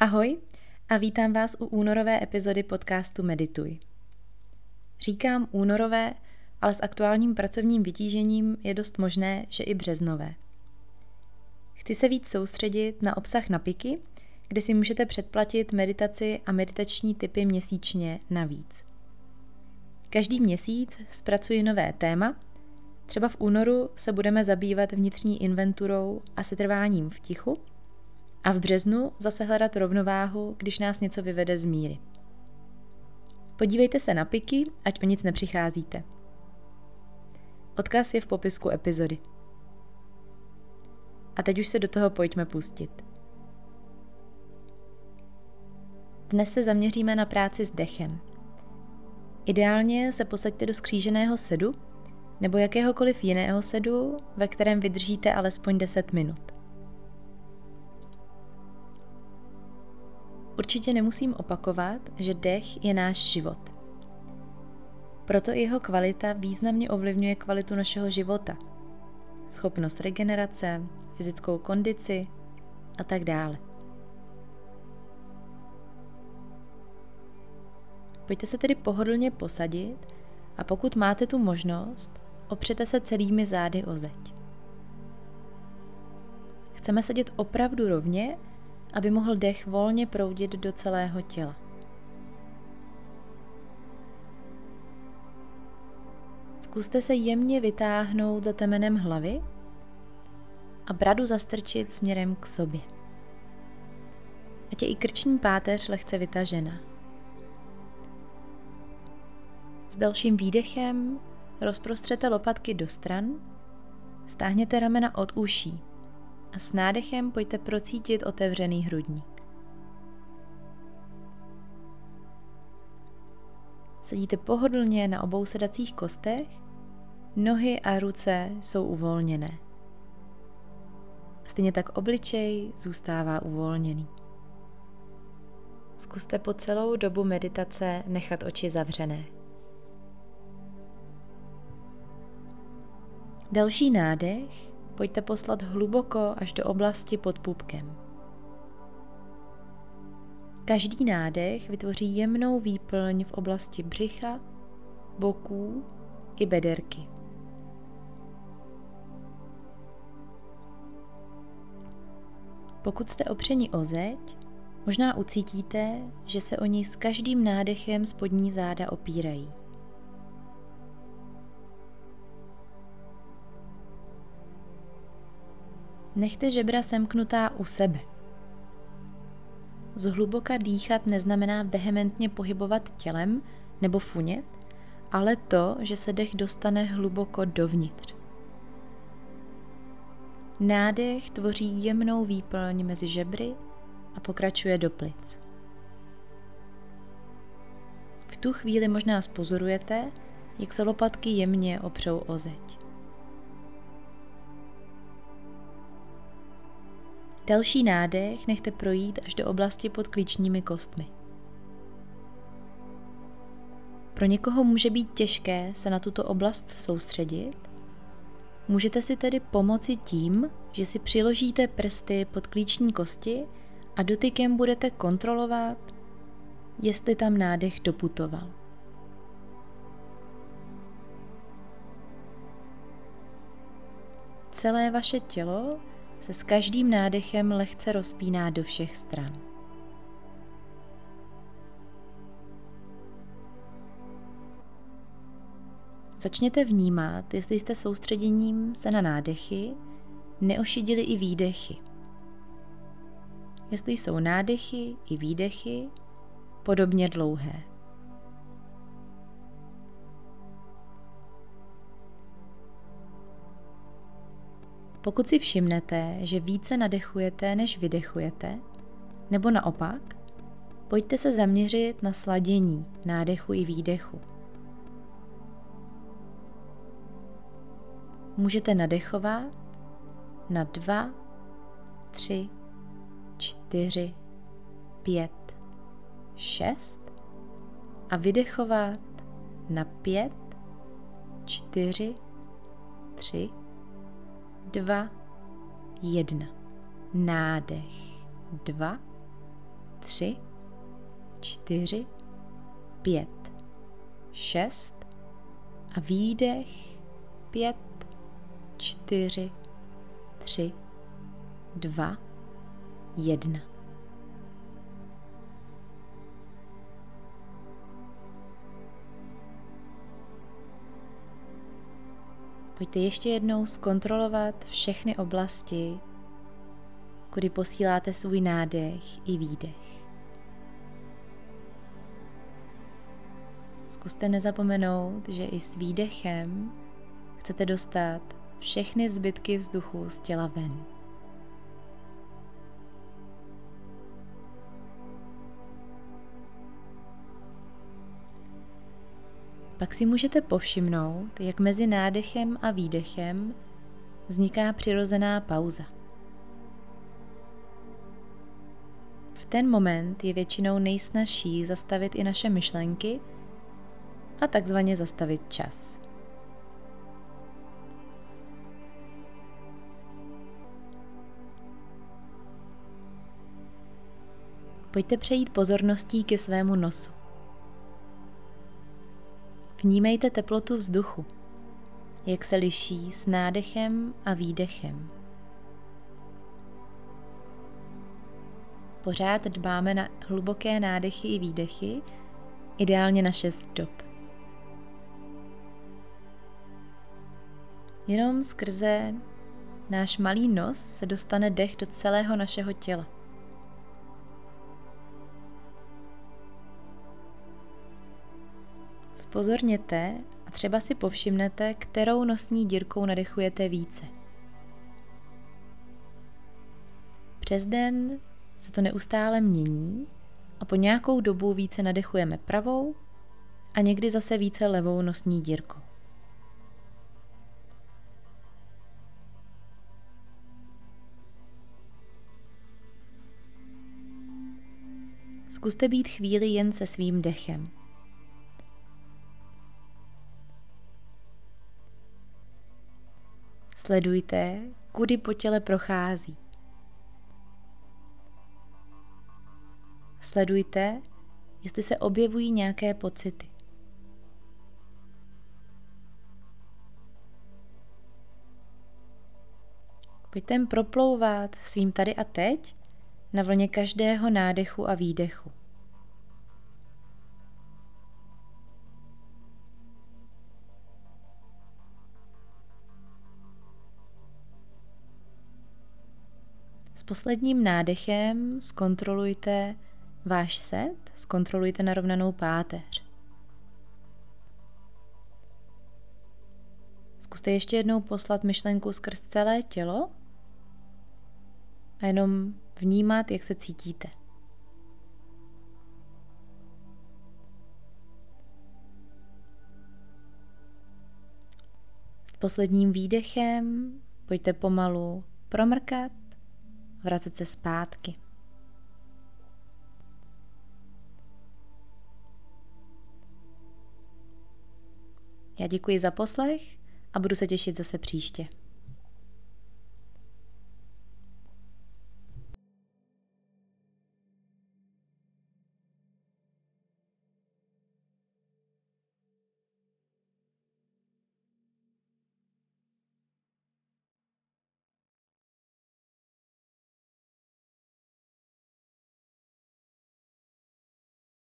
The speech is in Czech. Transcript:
Ahoj a vítám vás u únorové epizody podcastu Medituj. Říkám únorové, ale s aktuálním pracovním vytížením je dost možné, že i březnové. Chci se víc soustředit na obsah na Piky, kde si můžete předplatit meditaci a meditační tipy měsíčně navíc. Každý měsíc zpracuji nové téma, třeba v únoru se budeme zabývat vnitřní inventurou a setrváním v tichu, a v březnu zase hledat rovnováhu, když nás něco vyvede z míry. Podívejte se na Piky, ať o nic nepřicházíte. Odkaz je v popisku epizody. A teď už se do toho pojďme pustit. Dnes se zaměříme na práci s dechem. Ideálně se posaďte do skříženého sedu nebo jakéhokoliv jiného sedu, ve kterém vydržíte alespoň 10 minut. Určitě nemusím opakovat, že dech je náš život. Proto i jeho kvalita významně ovlivňuje kvalitu našeho života, schopnost regenerace, fyzickou kondici a tak dále. Pojďte se tedy pohodlně posadit a pokud máte tu možnost, opřete se celými zády o zeď. Chceme sedět opravdu rovně, aby mohl dech volně proudit do celého těla. Zkuste se jemně vytáhnout za temenem hlavy a bradu zastrčit směrem k sobě. Ať je i krční páteř lehce vytažena. S dalším výdechem rozprostřete lopatky do stran, stáhněte ramena od uší a s nádechem pojďte procítit otevřený hrudník. Sedíte pohodlně na obou sedacích kostech, nohy a ruce jsou uvolněné. Stejně tak obličej zůstává uvolněný. Zkuste po celou dobu meditace nechat oči zavřené. Další nádech pojďte poslat hluboko až do oblasti pod pupkem. Každý nádech vytvoří jemnou výplň v oblasti břicha, boků i bederky. Pokud jste opřeni o zeď, možná ucítíte, že se o ní s každým nádechem spodní záda opírají. Nechte žebra semknutá u sebe. Zhluboka dýchat neznamená vehementně pohybovat tělem nebo funět, ale to, že se dech dostane hluboko dovnitř. Nádech tvoří jemnou výplň mezi žebry a pokračuje do plic. V tu chvíli možná pozorujete, jak se lopatky jemně opřou o zeď. Další nádech nechte projít až do oblasti pod klíčními kostmi. Pro někoho může být těžké se na tuto oblast soustředit. Můžete si tedy pomoci tím, že si přiložíte prsty pod klíční kosti a dotykem budete kontrolovat, jestli tam nádech doputoval. Celé vaše tělo se s každým nádechem lehce rozpíná do všech stran. Začněte vnímat, jestli jste soustředěním se na nádechy neošidili i výdechy. Jestli jsou nádechy i výdechy podobně dlouhé. Pokud si všimnete, že více nadechujete, než vydechujete, nebo naopak, pojďte se zaměřit na sladění nádechu i výdechu. Můžete nadechovat na 2, 3, 4, 5, 6 a vydechovat na 5, 4, 3, 2, 1. Nádech 2, 3, 4, 5, 6 a výdech 5, 4, 3, 2, 1. Pojďte ještě jednou zkontrolovat všechny oblasti, kudy posíláte svůj nádech i výdech. Zkuste nezapomenout, že i s výdechem chcete dostat všechny zbytky vzduchu z těla ven. Pak si můžete povšimnout, jak mezi nádechem a výdechem vzniká přirozená pauza. V ten moment je většinou nejsnazší zastavit i naše myšlenky a takzvaně zastavit čas. Pojďte přejít pozorností ke svému nosu. Vnímejte teplotu vzduchu, jak se liší s nádechem a výdechem. Pořád dbáme na hluboké nádechy i výdechy, ideálně na 6 dob. Jenom skrze náš malý nos se dostane dech do celého našeho těla. Zpozorněte a třeba si povšimnete, kterou nosní dírkou nadechujete více. Přes den se to neustále mění a po nějakou dobu více nadechujeme pravou a někdy zase více levou nosní dírkou. Zkuste být chvíli jen se svým dechem. Sledujte, kudy po těle prochází. Sledujte, jestli se objevují nějaké pocity. Pojďte proplouvat svým tady a teď na vlně každého nádechu a výdechu. S posledním nádechem zkontrolujte váš set, zkontrolujte narovnanou páteř. Zkuste ještě jednou poslat myšlenku skrz celé tělo a jenom vnímat, jak se cítíte. S posledním výdechem pojďte pomalu promrkat, vracet se zpátky. Já děkuji za poslech a budu se těšit zase příště.